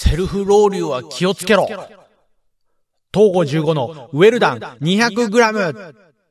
セルフロウリュは気をつけろ。東郷15のウェルダン 200g。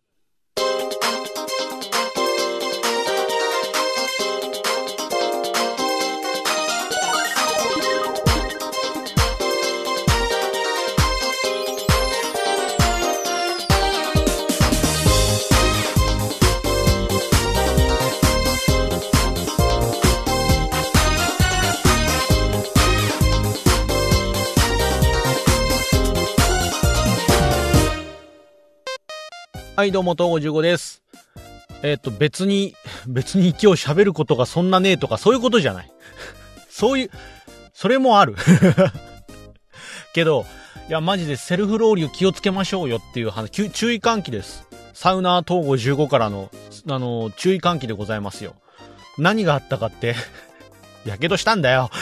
はいどうも東郷15です。別に今日喋ることがそんなねえとかそういうことじゃない。それもある。けど、いやマジでセルフロウリュ気をつけましょうよっていう話、注意喚起です。サウナー東郷15からの、注意喚起でございますよ。何があったかって、やけどしたんだよ。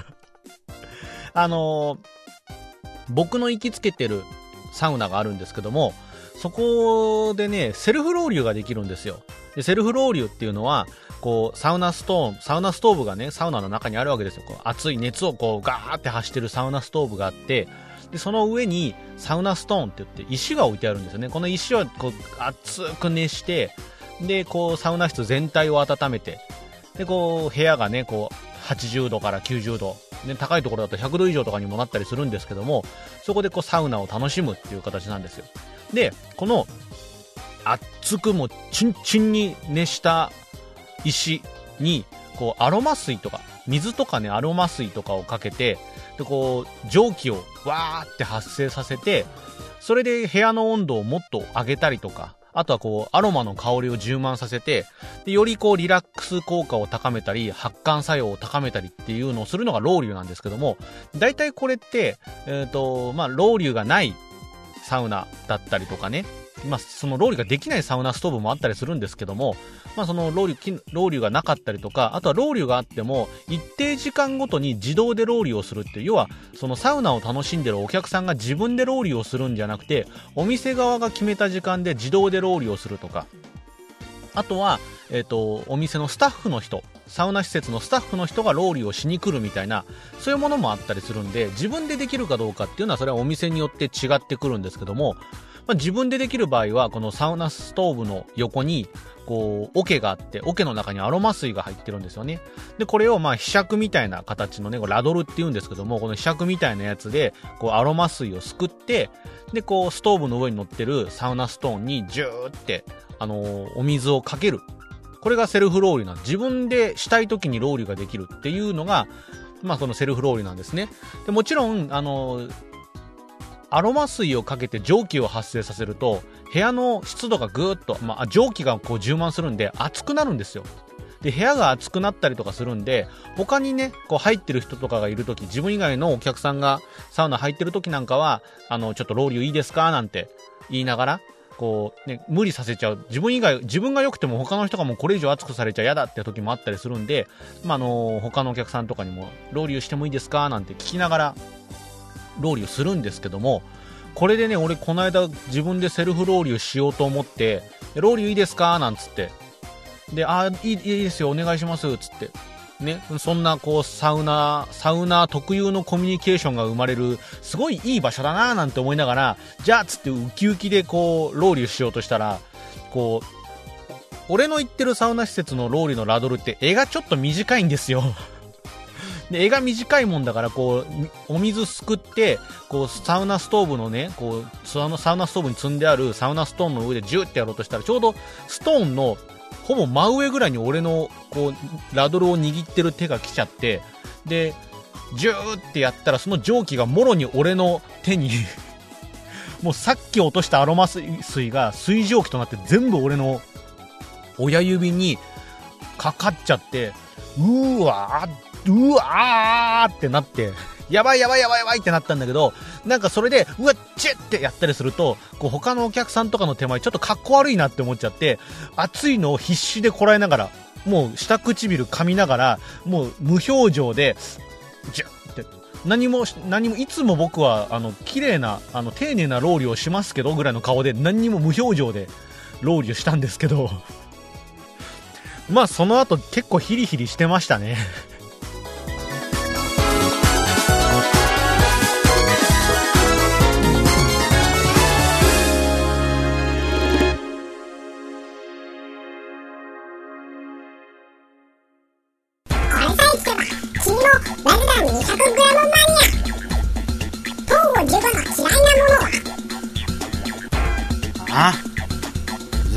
僕の行きつけてるサウナがあるんですけども、そこでね、セルフロウリュができるんですよ。で、セルフロウリュっていうのは、こう、サウナストーブがね、サウナの中にあるわけですよ。こう熱い熱をこう、ガーって発してるサウナストーブがあって、で、その上にサウナストーンって言って石が置いてあるんですよね。この石をこう、熱く熱して、で、こう、サウナ室全体を温めて、で、こう、部屋がね、こう、80度から90度、ね、高いところだと100度以上とかにもなったりするんですけども、そこでこう、サウナを楽しむっていう形なんですよ。で、この熱くもチンチンに熱した石にこうアロマ水とか水とかね、アロマ水とかをかけて、でこう蒸気をわーって発生させて、それで部屋の温度をもっと上げたりとか、あとはこうアロマの香りを充満させて、でよりこうリラックス効果を高めたり発汗作用を高めたりっていうのをするのがロウリュなんですけども、だいたいこれってまあロウリュがないサウナだったりとかね、まあ、そのロウリュができないサウナストーブもあったりするんですけども、まあ、そのロウリュがなかったりとか、あとはロウリュがあっても一定時間ごとに自動でロウリュをするっていう、要はそのサウナを楽しんでるお客さんが自分でロウリュをするんじゃなくて、お店側が決めた時間で自動でロウリュをするとか、あとは、お店のスタッフの人、サウナ施設のスタッフの人がロウリュをしに来るみたいな、そういうものもあったりするんで、自分でできるかどうかっていうのはそれはお店によって違ってくるんですけども、まあ、自分でできる場合はこのサウナストーブの横にこう桶があって、桶の中にアロマ水が入ってるんですよね。でこれをまあ柄杓みたいな形のね、ラドルって言うんですけども、この柄杓みたいなやつでこうアロマ水をすくって、でこうストーブの上に乗ってるサウナストーンにジューってお水をかける。これがセルフロウリュなんです。自分でしたい時にロウリュができるっていうのが、まあそのセルフロウリュなんですね。でもちろんアロマ水をかけて蒸気を発生させると部屋の湿度がぐーっと、まあ、蒸気がこう充満するんで熱くなるんですよ。で部屋が熱くなったりとかするんで、他にねこう入ってる人とかがいるとき、自分以外のお客さんがサウナ入ってるときなんかはちょっとロウリュいいですかなんて言いながらこうね、無理させちゃう、自分が良くても他の人がもうこれ以上熱くされちゃ嫌だって時もあったりするんで、まあ他のお客さんとかにもロウリュしてもいいですかなんて聞きながらロウリュするんですけども、これでね、俺この間自分でセルフロウリュしようと思って、ロウリュいいですかなんつって、でいいですよお願いしますつってね、そんなこうサウナ特有のコミュニケーションが生まれるすごいいい場所だななんて思いながら、じゃあつってウキウキでこうロウリュしようとしたら、こう俺の行ってるサウナ施設のロウリュのラドルって絵がちょっと短いんですよ。で絵が短いもんだから、こうお水すくってこうサウナストーブのね、こうサウナストーブに積んであるサウナストーンの上でジューってやろうとしたら、ちょうどストーンのほぼ真上ぐらいに俺のこうラドルを握ってる手が来ちゃって、でジューってやったらその蒸気がもろに俺の手にもうさっき落としたアロマ水が水蒸気となって全部俺の親指にかかっちゃって、うわーってなって、やばいってなったんだけど、なんかそれでうわっチュッってやったりすると、こう他のお客さんとかの手前ちょっとかっこ悪いなって思っちゃって、熱いのを必死でこらえながら、もう下唇噛みながら、もう無表情でジュッって何もいつも僕は綺麗な丁寧なロウリュをしますけどぐらいの顔で、何にも無表情でロウリュしたんですけどまあその後結構ヒリヒリしてましたね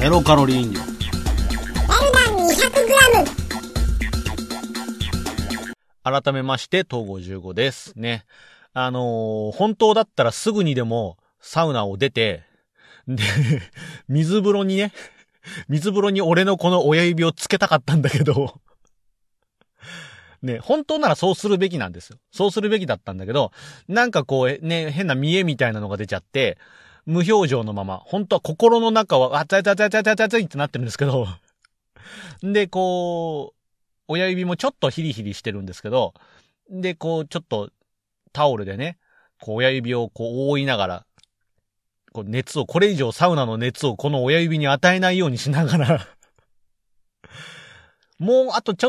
ゼロカロリー飲料。 エルダン 200g。 改めまして、東郷15ですね。本当だったらすぐにでもサウナを出て、で、水風呂に俺のこの親指をつけたかったんだけど、ね、本当ならそうするべきなんですよ。そうするべきだったんだけど、なんかこうね、変な見栄みたいなのが出ちゃって、無表情のまま、本当は心の中は、熱いってなってるんですけど、で、こう、親指もちょっとヒリヒリしてるんですけど、で、こう、ちょっとタオルでね、こう親指をこう覆いながら、こうこれ以上サウナの熱をこの親指に与えないようにしながら、もうあと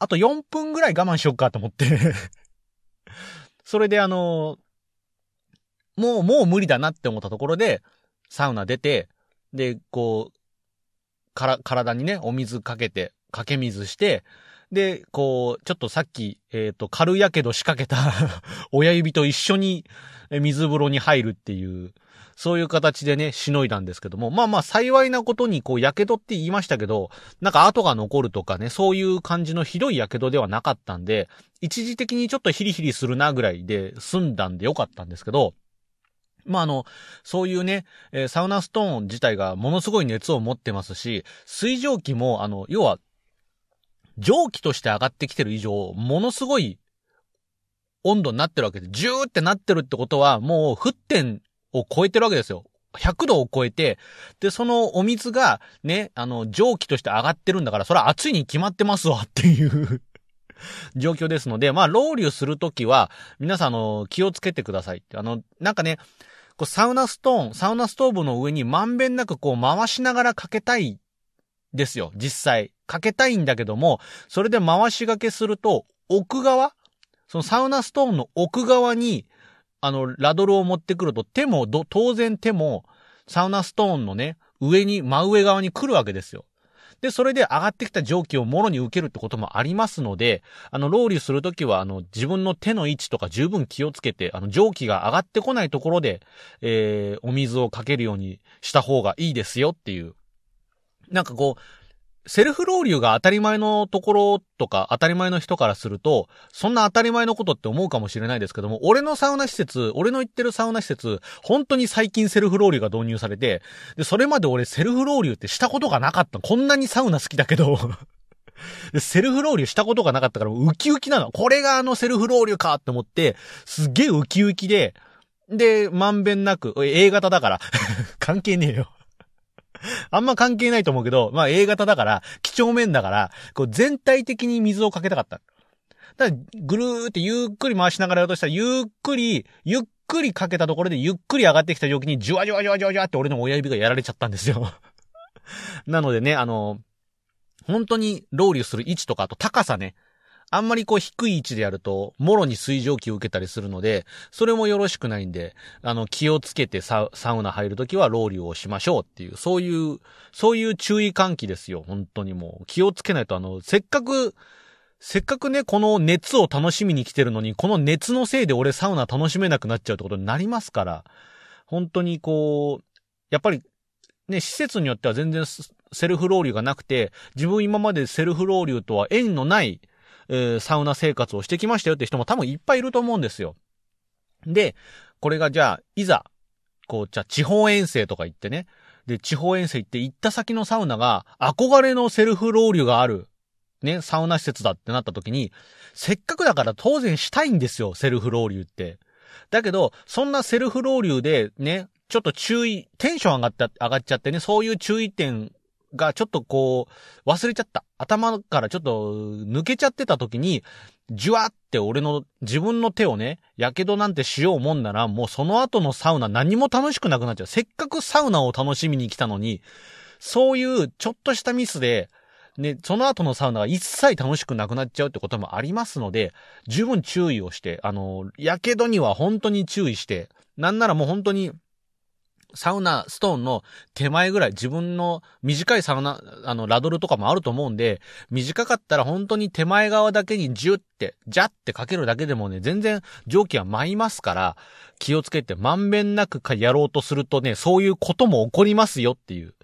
4分ぐらい我慢しよっかと思って、それでもう無理だなって思ったところで、サウナ出て、で、こう、体にね、お水かけ水して、で、こう、ちょっとさっき、軽やけど仕掛けた親指と一緒に水風呂に入るっていう、そういう形でね、しのいだんですけども、まあ幸いなことに、こう、やけどって言いましたけど、なんか跡が残るとかね、そういう感じのひどいやけどではなかったんで、一時的にちょっとヒリヒリするなぐらいで済んだんでよかったんですけど、まあそういうね、サウナストーン自体がものすごい熱を持ってますし、水蒸気も要は、蒸気として上がってきてる以上、ものすごい温度になってるわけで、ジューってなってるってことは、もう沸点を超えてるわけですよ。100度を超えて、で、そのお水がね、蒸気として上がってるんだから、それは熱いに決まってますわっていう状況ですので、まあ、ロウリュするときは、皆さん気をつけてくださいって。なんかね、こうサウナストーブの上にまんべんなくこう回しながらかけたいですよ、実際。かけたいんだけども、それで回しがけすると、奥側、そのサウナストーンの奥側に、ラドルを持ってくると、当然手も、サウナストーンのね、真上側に来るわけですよ。で、それで上がってきた蒸気をもろに受けるってこともありますので、ロウリュするときは、自分の手の位置とか十分気をつけて、蒸気が上がってこないところで、お水をかけるようにした方がいいですよっていう。なんかこう、セルフロウリュが当たり前のところとか当たり前の人からすると、そんな当たり前のことって思うかもしれないですけども、俺の行ってるサウナ施設、本当に最近セルフロウリュが導入されて、で、それまで俺セルフロウリュってしたことがなかった。こんなにサウナ好きだけど、でセルフロウリュしたことがなかったからウキウキなの。これがセルフロウリュかって思って、すっげえウキウキで、で、まんべんなく、A 型だから、関係ねえよ。あんま関係ないと思うけど、まあ A 型だから、几帳面だから、こう全体的に水をかけたかった。だからぐるーってゆっくり回しながらやろうとしたら、ゆっくりかけたところでゆっくり上がってきた蒸気にジュワジュワジュワジュワジュワって俺の親指がやられちゃったんですよ。なのでね、本当にロウリュする位置とか、あと高さね。あんまりこう低い位置でやると、もろに水蒸気を受けたりするので、それもよろしくないんで、気をつけてサウナ入るときはロウリュをしましょうっていう、そういう注意喚起ですよ。本当にもう。気をつけないと、せっかくね、この熱を楽しみに来てるのに、この熱のせいで俺サウナ楽しめなくなっちゃうってことになりますから、本当にこう、やっぱり、ね、施設によっては全然セルフロウリュがなくて、自分今までセルフロウリュとは縁のない、サウナ生活をしてきましたよって人も多分いっぱいいると思うんですよ。で、これがじゃあ、いざ、こう、じゃあ地方遠征とか行ってね。で、地方遠征行って行った先のサウナが憧れのセルフロウリュがある、ね、サウナ施設だってなった時に、せっかくだから当然したいんですよ、セルフロウリュって。だけど、そんなセルフロウリュでね、ちょっとテンション上がっちゃってね、そういう注意点がちょっとこう、忘れちゃった。頭からちょっと抜けちゃってた時に、じゅわって自分の手をね、やけどなんてしようもんなら、もうその後のサウナ何も楽しくなくなっちゃう。せっかくサウナを楽しみに来たのに、そういうちょっとしたミスで、ね、その後のサウナが一切楽しくなくなっちゃうってこともありますので、十分注意をして、やけどには本当に注意して、なんならもう本当に、サウナストーンの手前ぐらい、自分の短いサウナ、ラドルとかもあると思うんで、短かったら本当に手前側だけにジャってかけるだけでもね、全然蒸気は舞いますから、気をつけてまんべんなくやろうとするとね、そういうことも起こりますよっていう、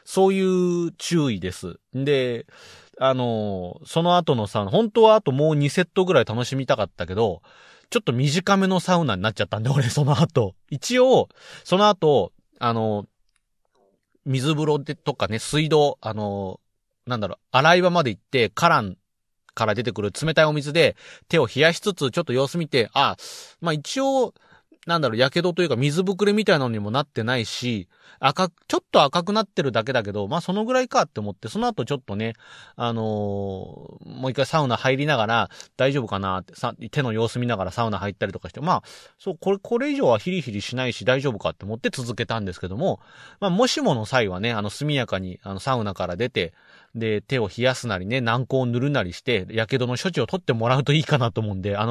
そういう注意です。で、その後のサウナ、本当はあともう2セットぐらい楽しみたかったけど、ちょっと短めのサウナになっちゃったんで、俺その後。一応、その後、水風呂でとかね、水道、洗い場まで行って、カランから出てくる冷たいお水で手を冷やしつつ、ちょっと様子見て、一応、やけどというか水ぶくれみたいなのにもなってないし、ちょっと赤くなってるだけだけど、そのぐらいかって思って、その後ちょっとね、もう一回サウナ入りながら、大丈夫かなって、手の様子見ながらサウナ入ったりとかして、これ以上はヒリヒリしないし大丈夫かって思って続けたんですけども、もしもの際はね、速やかに、サウナから出て、で、手を冷やすなりね、軟膏を塗るなりして、やけどの処置を取ってもらうといいかなと思うんで、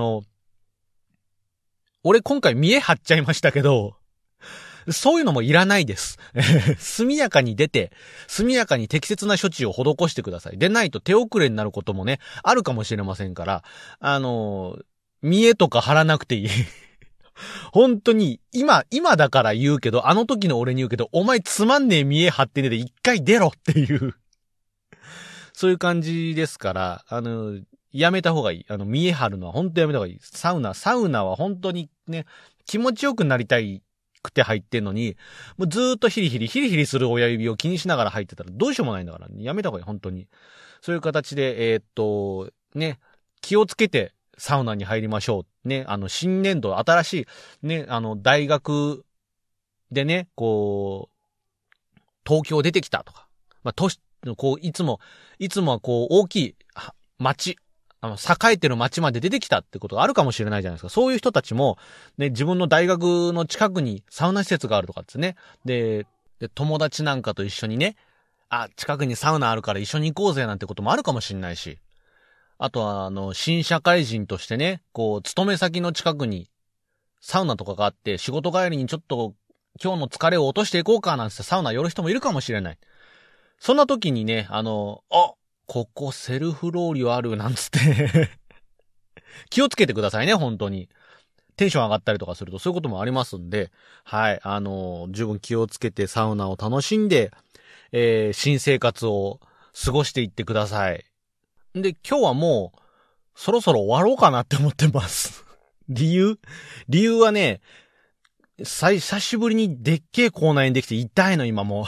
俺今回見え張っちゃいましたけど、そういうのもいらないです。速やかに出て、速やかに適切な処置を施してください。でないと手遅れになることもね、あるかもしれませんから、見えとか張らなくていい。本当に、今だから言うけど、あの時の俺に言うけど、お前つまんねえ見え張ってねで一回出ろっていう。そういう感じですから、やめた方がいい。見え張るのは本当やめた方がいい。サウナは本当にね、気持ちよくなりたいくて入ってんのに、もうずーっとヒリヒリする親指を気にしながら入ってたらどうしようもないんだから、やめた方がいい、本当に。そういう形で、ね、気をつけてサウナに入りましょう。ね、新年度、新しい、ね、大学でね、こう、東京出てきたとか、いつもはこう、大きい街、栄えてる街まで出てきたってことがあるかもしれないじゃないですか。そういう人たちも、ね、自分の大学の近くにサウナ施設があるとかですね。で、友達なんかと一緒にね、近くにサウナあるから一緒に行こうぜなんてこともあるかもしれないし。あとは、新社会人としてね、こう、勤め先の近くにサウナとかがあって、仕事帰りにちょっと今日の疲れを落としていこうかなんてサウナ寄る人もいるかもしれない。そんな時にね、ここセルフロウリュあるなんつって気をつけてくださいね、本当に。テンション上がったりとかするとそういうこともありますんで、はい、十分気をつけてサウナを楽しんで、新生活を過ごしていってください。で、今日はもう、そろそろ終わろうかなって思ってます。理由はね、久しぶりにでっけえ口内炎できて痛いの、今もう。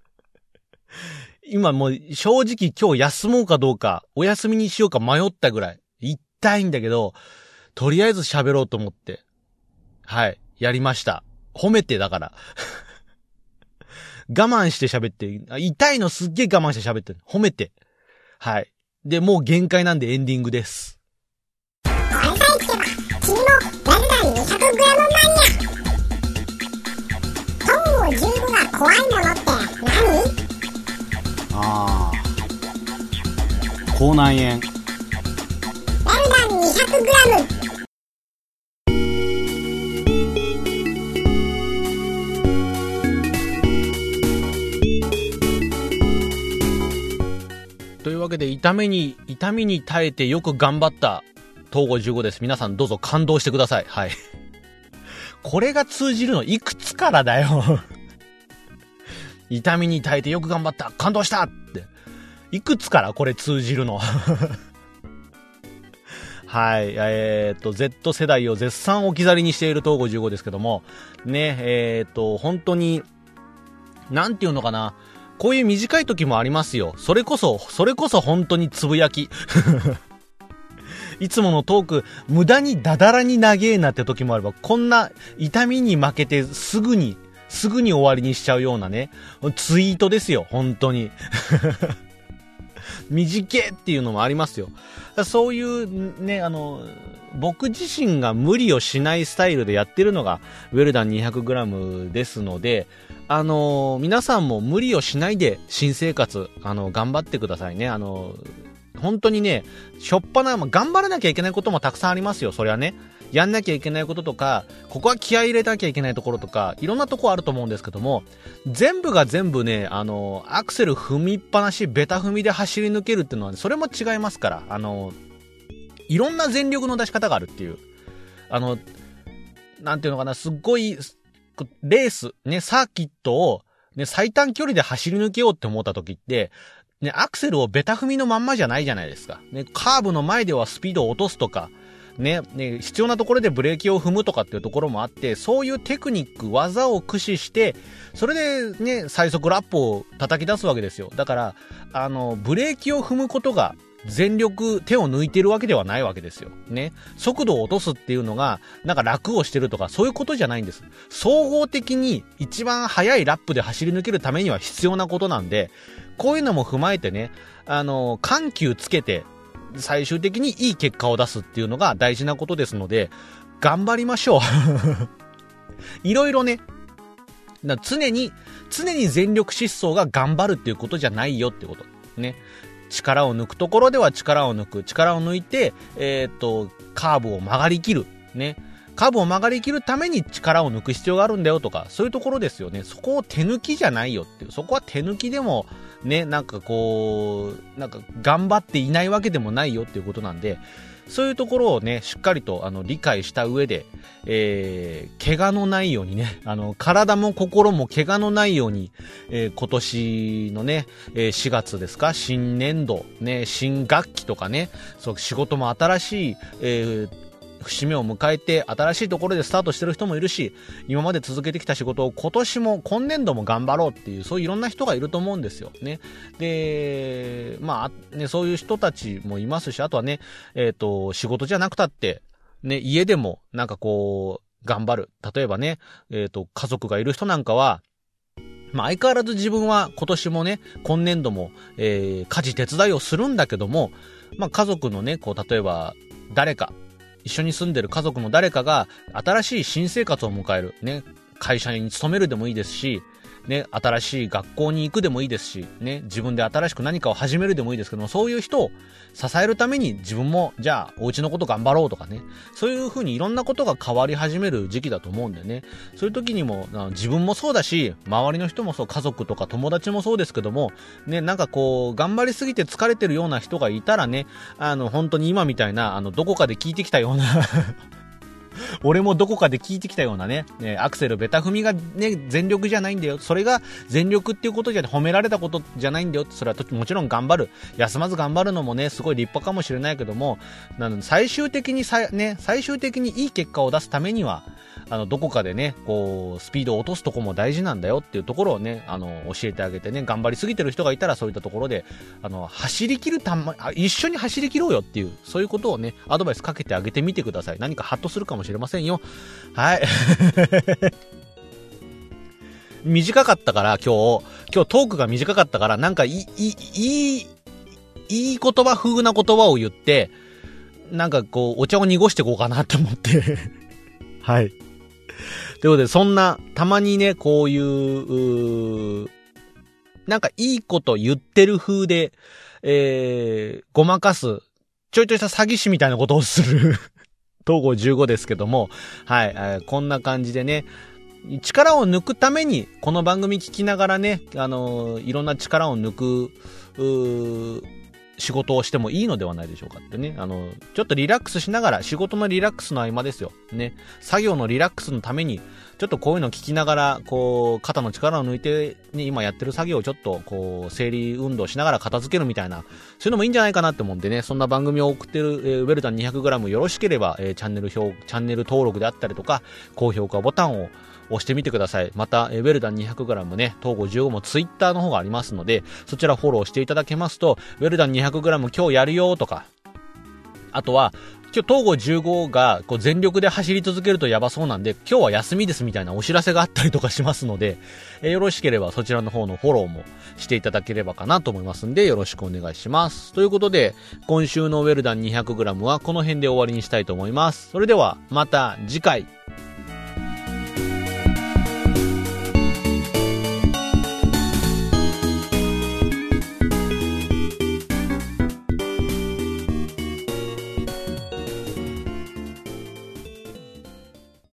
今もう正直今日休もうかどうか、お休みにしようか迷ったぐらい。痛いんだけど、とりあえず喋ろうと思って。はい、やりました。褒めてだから。我慢して喋って、痛いのすっげえ我慢して喋ってる。褒めて。はい。で、もう限界なんでエンディングです。 これさえ聞けば、君もラルダン 200g マニア。トンを15が怖いものって何？ 口内炎。 ラルダン 200g。 というわけで痛みに耐えてよく頑張った東郷15です。皆さんどうぞ感動してください。はい。これが通じるのいくつからだよ。痛みに耐えてよく頑張った、感動したって。いくつからこれ通じるの。はい。Z 世代を絶賛置き去りにしている東郷15ですけども、ね、本当に、なんていうのかな。こういう短い時もありますよ。それこそ本当につぶやき。いつものトーク、無駄にダダラに長えなって時もあれば、こんな痛みに負けてすぐに終わりにしちゃうようなね、ツイートですよ、本当に。短えっていうのもありますよ。そういうね、僕自身が無理をしないスタイルでやってるのがウェルダン 200g ですので、皆さんも無理をしないで新生活頑張ってくださいね。本当にね、しょっぱな、頑張らなきゃいけないこともたくさんありますよ。そりゃね、やんなきゃいけないこととか、ここは気合い入れなきゃいけないところとか、いろんなところあると思うんですけども、全部が全部ね、アクセル踏みっぱなし、ベタ踏みで走り抜けるっていうのは、ね、それも違いますから、いろんな全力の出し方があるっていう。なんていうのかな、すっごい、レース、ね、サーキットを、 ね、最短距離で走り抜けようって思った時って、ね、アクセルをベタ踏みのまんまじゃないじゃないですか。ね、カーブの前ではスピードを落とすとか、ね、必要なところでブレーキを踏むとかっていうところもあって、そういうテクニック、技を駆使して、それでね、最速ラップを叩き出すわけですよ。だから、ブレーキを踏むことが、全力手を抜いてるわけではないわけですよ。ね。速度を落とすっていうのが、なんか楽をしてるとか、そういうことじゃないんです。総合的に一番速いラップで走り抜けるためには必要なことなんで、こういうのも踏まえてね、緩急つけて、最終的にいい結果を出すっていうのが大事なことですので、頑張りましょう。いろいろね、常に全力疾走が頑張るっていうことじゃないよってこと。ね。力を抜くところでは力を抜く。力を抜いて、カーブを曲がりきる。ね。カーブを曲がりきるために力を抜く必要があるんだよとか、そういうところですよね。そこを手抜きじゃないよっていう。そこは手抜きでも、ね、なんかこう、なんか頑張っていないわけでもないよっていうことなんで、そういうところをね、しっかりと理解した上で、怪我のないようにね、体も心も怪我のないように、今年のね、4月ですか、新年度、ね、新学期とかね、そう、仕事も新しい、節目を迎えて新しいところでスタートしてる人もいるし、今まで続けてきた仕事を今年も今年度も頑張ろうっていう、そういういろんな人がいると思うんですよね。で、まあね、そういう人たちもいますし、あとはね、仕事じゃなくたってね、家でもなんかこう頑張る。例えばね、家族がいる人なんかは、まあ相変わらず自分は今年もね、今年度も、家事手伝いをするんだけども、まあ家族のね、こう例えば誰か一緒に住んでる家族の誰かが新しい新生活を迎える。ね。会社に勤めるでもいいですし、ね。新しい学校に行くでもいいですし、ね。自分で新しく何かを始めるでもいいですけども、そういう人を支えるために自分も、じゃあ、お家のこと頑張ろうとかね。そういう風にいろんなことが変わり始める時期だと思うんでね。そういう時にも、自分もそうだし、周りの人もそう、家族とか友達もそうですけども、ね、なんかこう、頑張りすぎて疲れてるような人がいたらね、本当に今みたいな、どこかで聞いてきたような、俺もどこかで聞いてきたようなね、アクセルベタ踏みがね、全力じゃないんだよ。それが全力っていうことじゃ褒められたことじゃないんだよ。それはもちろん頑張る。休まず頑張るのもね、すごい立派かもしれないけども、最終的にいい結果を出すためには、どこかでね、こう、スピードを落とすとこも大事なんだよっていうところをね、教えてあげてね、頑張りすぎてる人がいたらそういったところで、走り切る一緒に走り切ろうよっていう、そういうことをね、アドバイスかけてあげてみてください。何かハッとするかもしれませんよ。はい。短かったから今日トークが短かったから、なんかいい言葉風な言葉を言って、なんかこう、お茶を濁していこうかなって思って。はい。ということで、そんな、たまにね、こういう、なんかいいこと言ってる風で、ごまかす、ちょいとした詐欺師みたいなことをする、東郷15ですけども、はい、こんな感じでね、力を抜くために、この番組聞きながらね、いろんな力を抜く、仕事をしてもいいのではないでしょうかってね。ちょっとリラックスしながら、仕事のリラックスの合間ですよ。ね。作業のリラックスのために、ちょっとこういうのを聞きながら、こう、肩の力を抜いて、ね、今やってる作業をちょっと、こう、整理運動しながら片付けるみたいな、そういうのもいいんじゃないかなって思うんでね、そんな番組を送ってる、ウェルダン 200g よろしければ、チャンネル登録であったりとか、高評価ボタンを押してみてください。また、ウェルダン 200g ね、東郷15もツイッターの方がありますので、そちらフォローしていただけますと、ウェルダン 200g 今日やるよとか、あとは、今日東郷15がこう全力で走り続けるとやばそうなんで、今日は休みですみたいなお知らせがあったりとかしますので、よろしければそちらの方のフォローもしていただければかなと思いますんで、よろしくお願いします。ということで、今週のウェルダン 200g はこの辺で終わりにしたいと思います。それでは、また次回。